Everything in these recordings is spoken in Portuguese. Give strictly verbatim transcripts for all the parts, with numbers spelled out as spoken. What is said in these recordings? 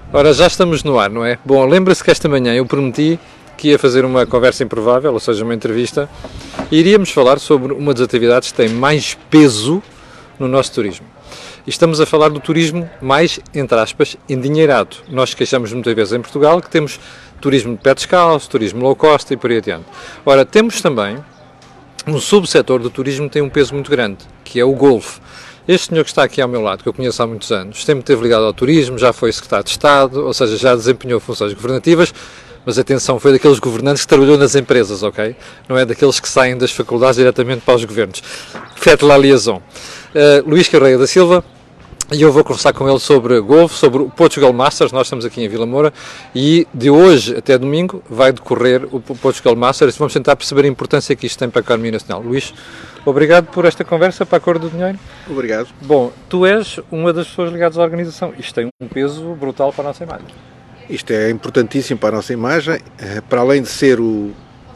Ora, já estamos no ar, não é? Bom, lembra-se que esta manhã eu prometi que ia fazer uma conversa improvável, ou seja, uma entrevista, e iríamos falar sobre uma das atividades que tem mais peso no nosso turismo. E estamos a falar do turismo mais, entre aspas, endinheirado. Nós queixamos muitas vezes em Portugal que temos turismo de pé descalço, turismo low cost e por aí adiante. Ora, temos também um subsetor do turismo que tem um peso muito grande, que é o golfe. Este senhor que está aqui ao meu lado, que eu conheço há muitos anos, sempre esteve ligado ao turismo, já foi secretário de Estado, ou seja, já desempenhou funções governativas, mas atenção, foi daqueles governantes que trabalhou nas empresas, ok? Não é daqueles que saem das faculdades diretamente para os governos. Faites la liaison. Uh, Luís Carreira da Silva, e eu vou conversar com ele sobre golfe, sobre o Portugal Masters. Nós estamos aqui em Vila Moura e de hoje até domingo vai decorrer o Portugal Masters e vamos tentar perceber a importância que isto tem para a economia nacional. Luís, obrigado por esta conversa, para a Cor do Dinheiro. Obrigado. Bom, tu és uma das pessoas ligadas à organização. Isto tem um peso brutal para a nossa imagem. Isto é importantíssimo para a nossa imagem, para além de ser o,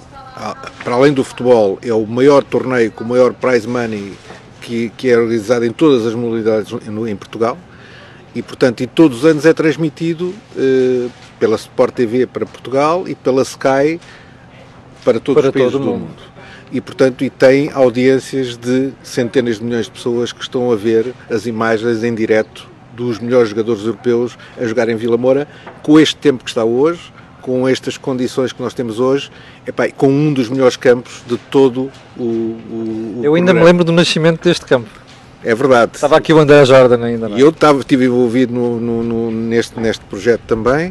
para além do futebol, é o maior torneio com o maior prize money que, que é organizado em todas as modalidades em Portugal e, portanto, e todos os anos é transmitido eh, pela Sport T V para Portugal e pela Sky para todos para os países todo do mundo. mundo. E, portanto, e tem audiências de centenas de milhões de pessoas que estão a ver as imagens em direto dos melhores jogadores europeus a jogar em Vila Moura, com este tempo que está hoje, com estas condições que nós temos hoje, epá, com um dos melhores campos de todo o, o, o Eu ainda programa. me lembro do nascimento deste campo. É verdade. Estava aqui o André Jordan ainda. E eu estava, estive envolvido no, no, no, neste, neste projeto também.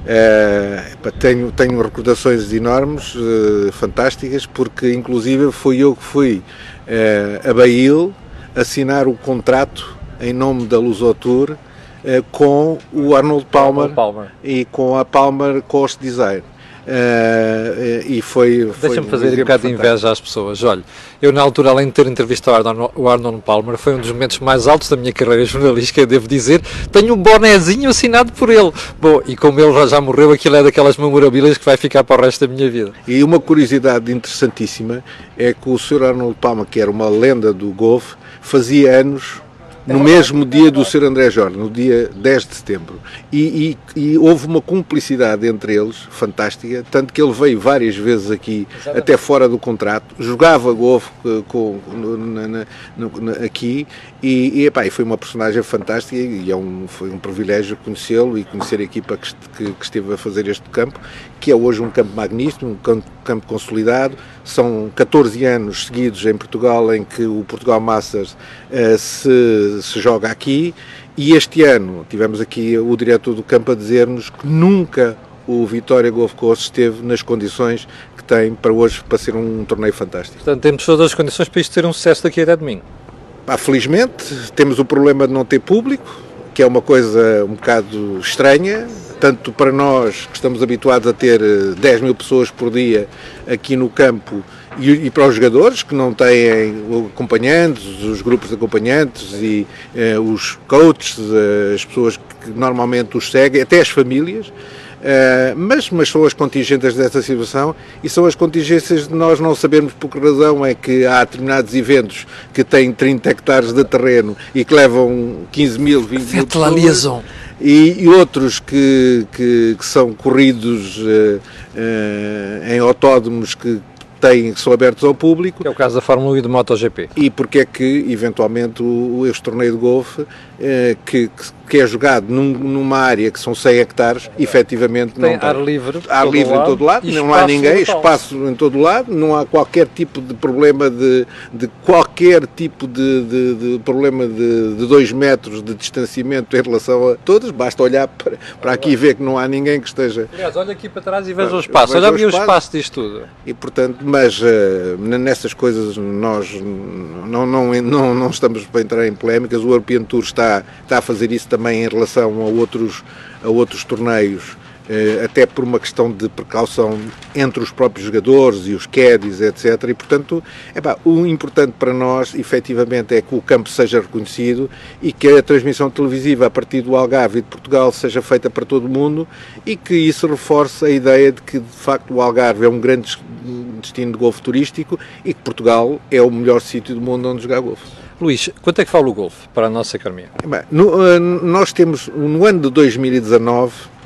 Uh, epá, tenho, tenho recordações enormes, uh, fantásticas, porque inclusive fui eu que fui uh, a Bail assinar o contrato em nome da Lusotour uh, com o Arnold Palmer, Arnold Palmer e com a Palmer Coast Design. Uh, e foi, foi Deixa-me fazer um um bocado de inveja às pessoas. Olha, eu na altura, além de ter entrevistado o Arnold Palmer, foi um dos momentos mais altos da minha carreira jornalística, eu devo dizer. Tenho um bonezinho assinado por ele. Bom, e como ele já morreu, aquilo é daquelas memorabilhas que vai ficar para o resto da minha vida. E uma curiosidade interessantíssima é que o senhor Arnold Palmer, que era uma lenda do golfe, fazia anos no mesmo dia do senhor André Jordan, no dia dez de setembro. E, e, e houve uma cumplicidade entre eles, fantástica, tanto que ele veio várias vezes aqui, exatamente, até fora do contrato, jogava golfe com, na, na, na, aqui, e, e, epá, e foi uma personagem fantástica, e é um, foi um privilégio conhecê-lo e conhecer a equipa que, que, que esteve a fazer este campo, que é hoje um campo magnífico, um campo, campo consolidado. São catorze anos seguidos em Portugal em que o Portugal Masters uh, se, se joga aqui, e este ano tivemos aqui o diretor do campo a dizer-nos que nunca o Vitória Golf Course esteve nas condições que tem para hoje, para ser um torneio fantástico. Portanto, temos todas as condições para isto ter um sucesso daqui até domingo. Ah, felizmente, temos o problema de não ter público, que é uma coisa um bocado estranha, tanto para nós que estamos habituados a ter dez mil pessoas por dia aqui no campo, e, e para os jogadores que não têm acompanhantes, os grupos de acompanhantes e eh, os coaches, eh, as pessoas que normalmente os seguem, até as famílias. Uh, mas, mas são as contingências dessa situação, e são as contingências de nós não sabermos por que razão é que há determinados eventos que têm trinta hectares de terreno e que levam quinze mil, vinte mil pessoas, e, e outros que, que, que são corridos uh, uh, em autódromos que têm, que são abertos ao público. Que é o caso da Fórmula um e do MotoGP. E porque é que, eventualmente, o, este torneio de golfe, eh, que, que é jogado num, numa área que são cem hectares, efetivamente tem não tem. Ar livre, ar livre em todo lado, não há ninguém, brutal. Espaço em todo lado, não há qualquer tipo de problema de, de qualquer tipo de, de, de problema de, de dois metros de distanciamento em relação a todos, basta olhar para, para aqui e ver que não há ninguém que esteja... Aliás, olha aqui para trás e veja o espaço, olha aqui o espaço disto tudo. E, portanto, mas uh, nessas coisas nós não, não, não, não estamos para entrar em polémicas. O European Tour está, está a fazer isso também em relação a outros, a outros torneios, uh, até por uma questão de precaução entre os próprios jogadores e os caddies, etcétera. E, portanto, epá, o importante para nós, efetivamente, é que o campo seja reconhecido e que a transmissão televisiva a partir do Algarve e de Portugal seja feita para todo o mundo, e que isso reforce a ideia de que, de facto, o Algarve é um grande destino de golfe turístico e que Portugal é o melhor sítio do mundo onde jogar golfe. Luís, quanto é que vale o golfe para a nossa economia? Bem, no, uh, nós temos, no ano de dois mil e dezanove,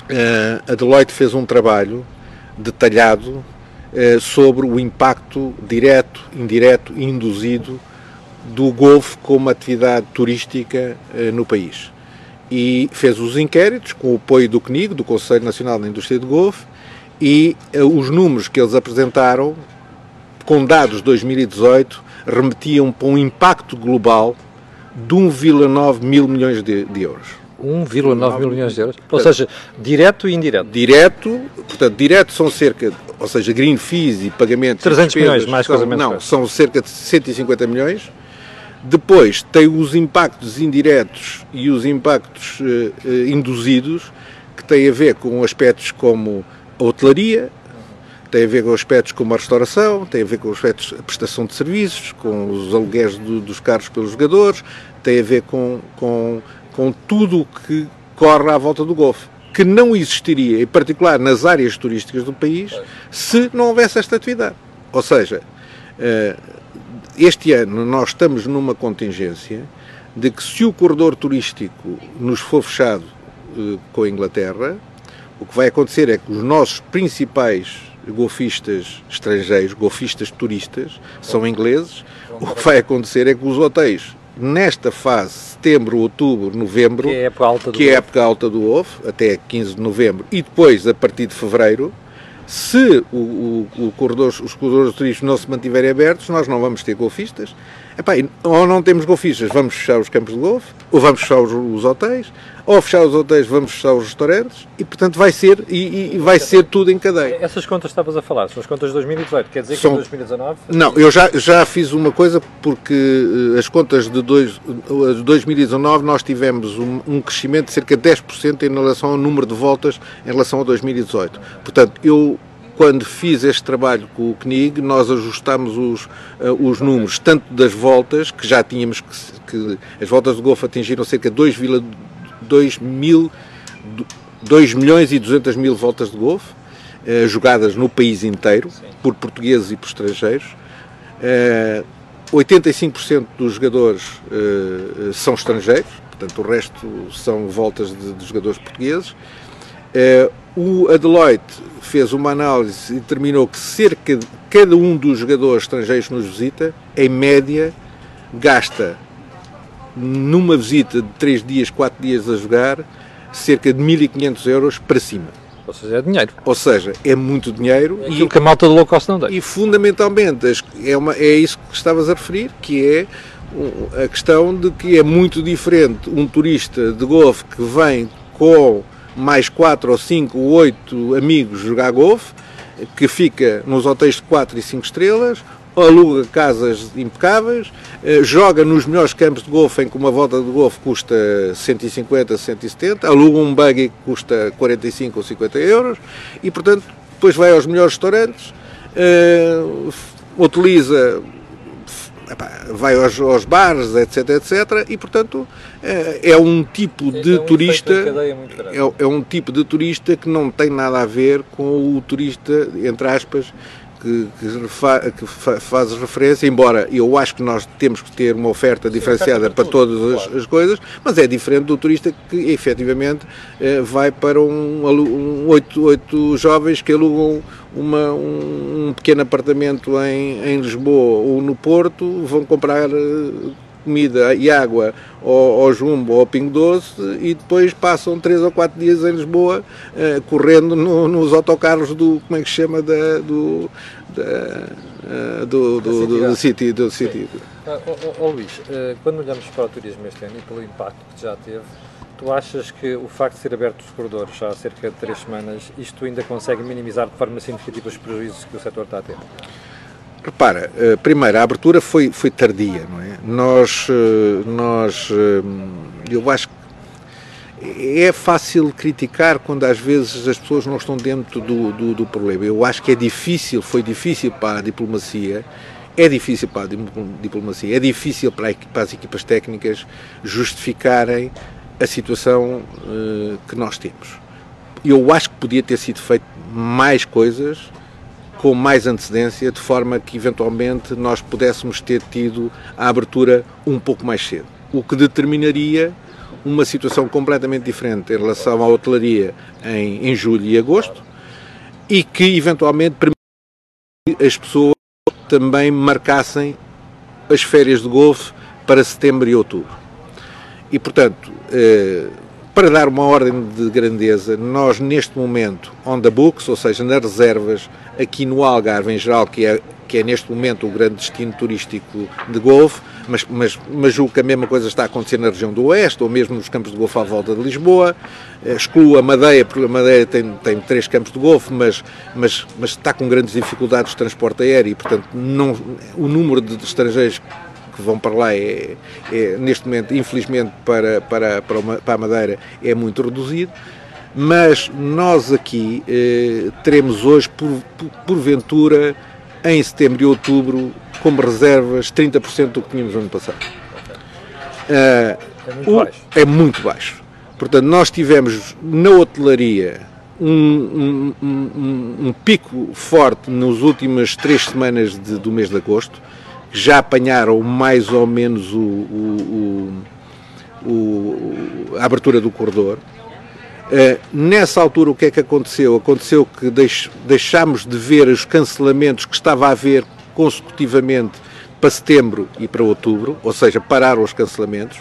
uh, a Deloitte fez um trabalho detalhado uh, sobre o impacto direto, indireto e induzido do golfe como atividade turística uh, no país. E fez os inquéritos com o apoio do C N I G, do Conselho Nacional da Indústria de Golfe, e uh, os números que eles apresentaram, com dados de dois mil e dezoito, remetiam para um impacto global de um vírgula nove mil milhões de, de euros. um vírgula nove mil milhões de euros? Ou seja, direto e indireto? Direto, portanto, direto são cerca, ou seja, green fees e pagamentos... trezentos milhões, mais coisa menos. Não, são cerca de cento e cinquenta milhões. Depois tem os impactos indiretos e os impactos uh, uh, induzidos, que têm a ver com aspectos como a hotelaria, tem a ver com aspectos como a restauração, tem a ver com aspectos da prestação de serviços, com os aluguéis do, dos carros pelos jogadores, tem a ver com, com, com tudo o que corre à volta do golfe, que não existiria, em particular nas áreas turísticas do país, se não houvesse esta atividade. Ou seja, uh, este ano nós estamos numa contingência de que, se o corredor turístico nos for fechado uh, com a Inglaterra, o que vai acontecer é que os nossos principais golfistas estrangeiros, golfistas turistas, são ingleses. O que vai acontecer é que os hotéis, nesta fase, setembro, outubro, novembro, que é a época alta do, que é a época alta do golfe, até quinze de novembro, e depois, a partir de fevereiro, se o, o, o corredor, os corredores turísticos não se mantiverem abertos, nós não vamos ter golfistas. Epá, ou não temos golfistas, vamos fechar os campos de golfe, ou vamos fechar os, os hotéis, ou fechar os hotéis, vamos fechar os restaurantes, e portanto vai ser, e, e vai ser tudo em cadeia. Essas contas que estavas a falar, são as contas de dois mil e dezoito, quer dizer que são... em dois mil e dezanove... Não, eu já, já fiz uma coisa, porque as contas de dois, dois mil e dezanove nós tivemos um, um crescimento de cerca de dez por cento em relação ao número de voltas em relação a dois mil e dezoito. Portanto, eu... Quando fiz este trabalho com o C N I G, nós ajustámos os, uh, os números, tanto das voltas, que já tínhamos, que, que as voltas de golfe atingiram cerca de dois milhões e duzentas mil voltas de golfe, uh, jogadas no país inteiro, por portugueses e por estrangeiros. Uh, oitenta e cinco por cento dos jogadores uh, são estrangeiros, portanto o resto são voltas de, de jogadores portugueses. Uh, o a Deloitte fez uma análise e determinou que cerca de cada um dos jogadores estrangeiros que nos visita, em média, gasta numa visita de três dias, quatro dias a jogar, cerca de mil e quinhentos euros para cima. Ou seja, é dinheiro. Ou seja, é muito dinheiro. É aquilo e, que a malta do low cost não tem. E fundamentalmente é, uma, é isso que estavas a referir, que é a questão de que é muito diferente um turista de golfe que vem com mais quatro ou cinco ou oito amigos jogar golfe, que fica nos hotéis de quatro e cinco estrelas, aluga casas impecáveis, joga nos melhores campos de golfe em que uma volta de golfe custa cento e cinquenta, cento e setenta, aluga um buggy que custa quarenta e cinco ou cinquenta euros e, portanto, depois vai aos melhores restaurantes, uh, utiliza... vai aos, aos bares, etc, etc, e portanto é, é um tipo de é um turista é, é um tipo de turista que não tem nada a ver com o turista, entre aspas, que, que, fa, que fa, faz referência, embora eu acho que nós temos que ter uma oferta diferenciada para todas as, as coisas, mas é diferente do turista que efetivamente vai para um, um oito, oito jovens que alugam uma, um, um pequeno apartamento em, em Lisboa ou no Porto, vão comprar comida e água ao, ao Jumbo ou ao Pingo Doce e depois passam três ou quatro dias em Lisboa uh, correndo no, nos autocarros do, como é que se chama, da, do, da, uh, do, do, do, do City. Do City. Ah, oh, oh, Luís, uh, quando olhamos para o turismo este ano e pelo impacto que já teve, tu achas que o facto de ser aberto os corredores já há cerca de três semanas, isto ainda consegue minimizar de forma significativa os prejuízos que o setor está a ter? Repara, primeiro, a abertura foi, foi tardia, não é? Nós, nós, eu acho que é fácil criticar quando às vezes as pessoas não estão dentro do, do, do problema. Eu acho que é difícil, foi difícil para a diplomacia, é difícil para a diplomacia, é difícil para, a, para as equipas técnicas justificarem a situação uh, que nós temos. Eu acho que podia ter sido feito mais coisas com mais antecedência, de forma que eventualmente nós pudéssemos ter tido a abertura um pouco mais cedo, o que determinaria uma situação completamente diferente em relação à hotelaria em, em julho e agosto e que eventualmente permite que as pessoas também marcassem as férias de golfe para setembro e outubro. E, portanto, eh, para dar uma ordem de grandeza, nós neste momento, on the books, ou seja, nas reservas, aqui no Algarve em geral, que é, que é neste momento o grande destino turístico de golfe, mas, mas, mas julgo que a mesma coisa está a acontecer na região do Oeste, ou mesmo nos campos de golfe à volta de Lisboa. Excluo a Madeira, porque a Madeira tem, tem três campos de golfe, mas, mas, mas está com grandes dificuldades de transporte aéreo e, portanto, não, o número de estrangeiros que vão para lá é, é neste momento, infelizmente, para, para, para, uma, para a Madeira é muito reduzido, mas nós aqui eh, teremos hoje, por, por, porventura, em setembro e outubro, como reservas, trinta por cento do que tínhamos no ano passado. Uh, é, muito o, baixo. é muito baixo. Portanto, nós tivemos na hotelaria um, um, um, um pico forte nas últimas três semanas de, do mês de agosto, já apanharam mais ou menos o, o, o, o, a abertura do corredor. Uh, nessa altura o que é que aconteceu? Aconteceu que deix, deixámos de ver os cancelamentos que estava a haver consecutivamente para setembro e para outubro, ou seja, pararam os cancelamentos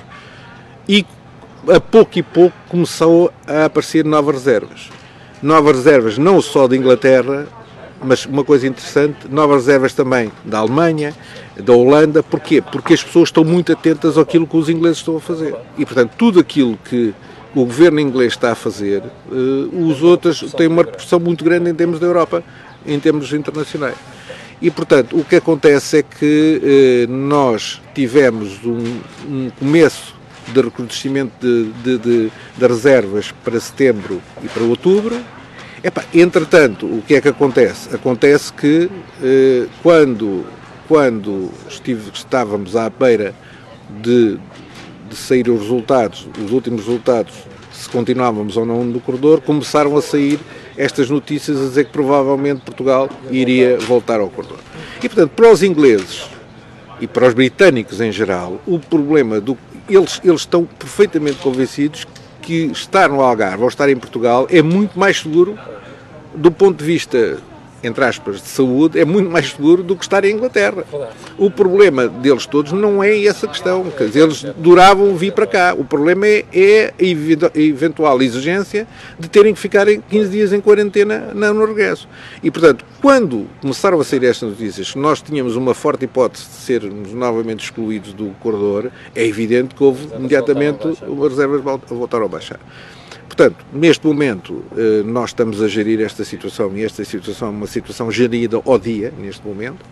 e a pouco e pouco começou a aparecer novas reservas. Novas reservas não só da Inglaterra, mas uma coisa interessante, novas reservas também da Alemanha, da Holanda. Porquê? Porque as pessoas estão muito atentas àquilo que os ingleses estão a fazer. E, portanto, tudo aquilo que o governo inglês está a fazer, uh, os outros têm uma repercussão muito grande em termos da Europa, em termos internacionais. E, portanto, o que acontece é que uh, nós tivemos um, um começo de recrudescimento de, de, de, de reservas para setembro e para outubro. Epá, entretanto, o que é que acontece? Acontece que uh, quando, quando estive, estávamos à beira de de sair os resultados, os últimos resultados, se continuávamos ou não no corredor, começaram a sair estas notícias a dizer que provavelmente Portugal iria voltar ao corredor. E, portanto, para os ingleses e para os britânicos em geral, o problema do eles eles estão perfeitamente convencidos que estar no Algarve ou estar em Portugal é muito mais seguro do ponto de vista, entre aspas, de saúde, é muito mais seguro do que estar em Inglaterra. O problema deles todos não é essa questão, quer dizer, eles duravam vir para cá. O problema é, é a eventual exigência de terem que ficar quinze dias em quarentena no regresso. E, portanto, quando começaram a sair estas notícias, nós tínhamos uma forte hipótese de sermos novamente excluídos do corredor, é evidente que houve imediatamente as reservas voltaram a baixar. Portanto, neste momento, nós estamos a gerir esta situação, e esta situação é uma situação gerida ao dia, neste momento,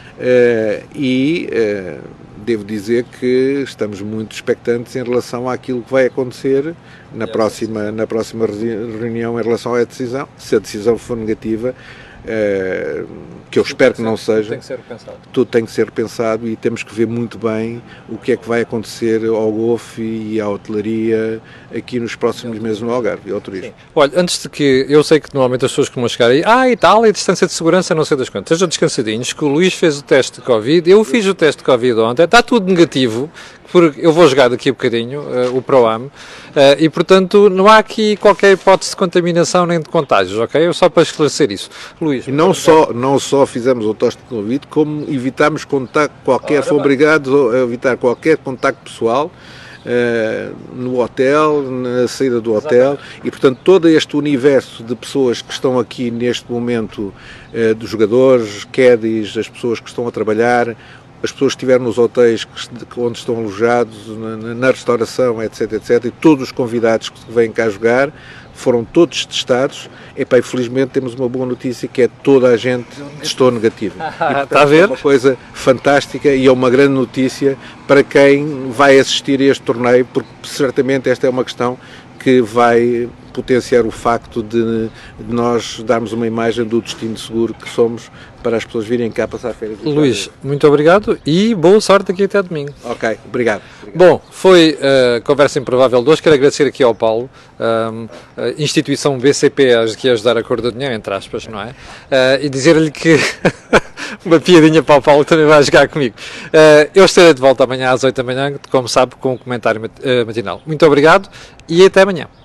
e devo dizer que estamos muito expectantes em relação àquilo que vai acontecer na próxima, na próxima reunião em relação à decisão. Se a decisão for negativa, Uh, que eu espero que não seja, tem que ser repensado. Tudo tem que ser repensado e temos que ver muito bem o que é que vai acontecer ao golfe e à hotelaria aqui nos próximos meses no Algarve e ao turismo. Sim. Olha, antes de que, eu sei que normalmente as pessoas que vão chegar aí, ah, e tal, e distância de segurança, não sei das quantas, estejam descansadinhos, que o Luís fez o teste de Covid, eu fiz o teste de Covid ontem, está tudo negativo, porque eu vou jogar daqui a bocadinho, uh, o Pro-Am, uh, e portanto não há aqui qualquer hipótese de contaminação nem de contágios, ok? Só para esclarecer isso. Luís. E não só, não só fizemos o teste de Covid, como evitámos contacto qualquer, ah, fomos obrigados a evitar qualquer contacto pessoal, Uh, no hotel, na saída do hotel. Exatamente. E portanto todo este universo de pessoas que estão aqui neste momento, uh, dos jogadores, caddies, as pessoas que estão a trabalhar, as pessoas que estiveram nos hotéis onde estão alojados, na, na restauração, etc, etc, e todos os convidados que vêm cá jogar, foram todos testados. Epá, e felizmente temos uma boa notícia, que é toda a gente testou negativo. Está a ver? É uma coisa fantástica e é uma grande notícia para quem vai assistir a este torneio, porque certamente esta é uma questão que vai potenciar o facto de, de nós darmos uma imagem do destino seguro que somos para as pessoas virem cá passar férias. Luís, muito obrigado e boa sorte aqui até domingo. Ok, obrigado. obrigado. Bom, foi a uh, Conversa Improvável de hoje. Quero agradecer aqui ao Paulo, um, a instituição B C P, que ia ajudar a cor do dinheiro, entre aspas, não é? Uh, e dizer-lhe que uma piadinha para o Paulo que também vai jogar comigo. Uh, eu estarei de volta amanhã às oito da manhã, como sabe, com um comentário matinal. Muito obrigado e até amanhã.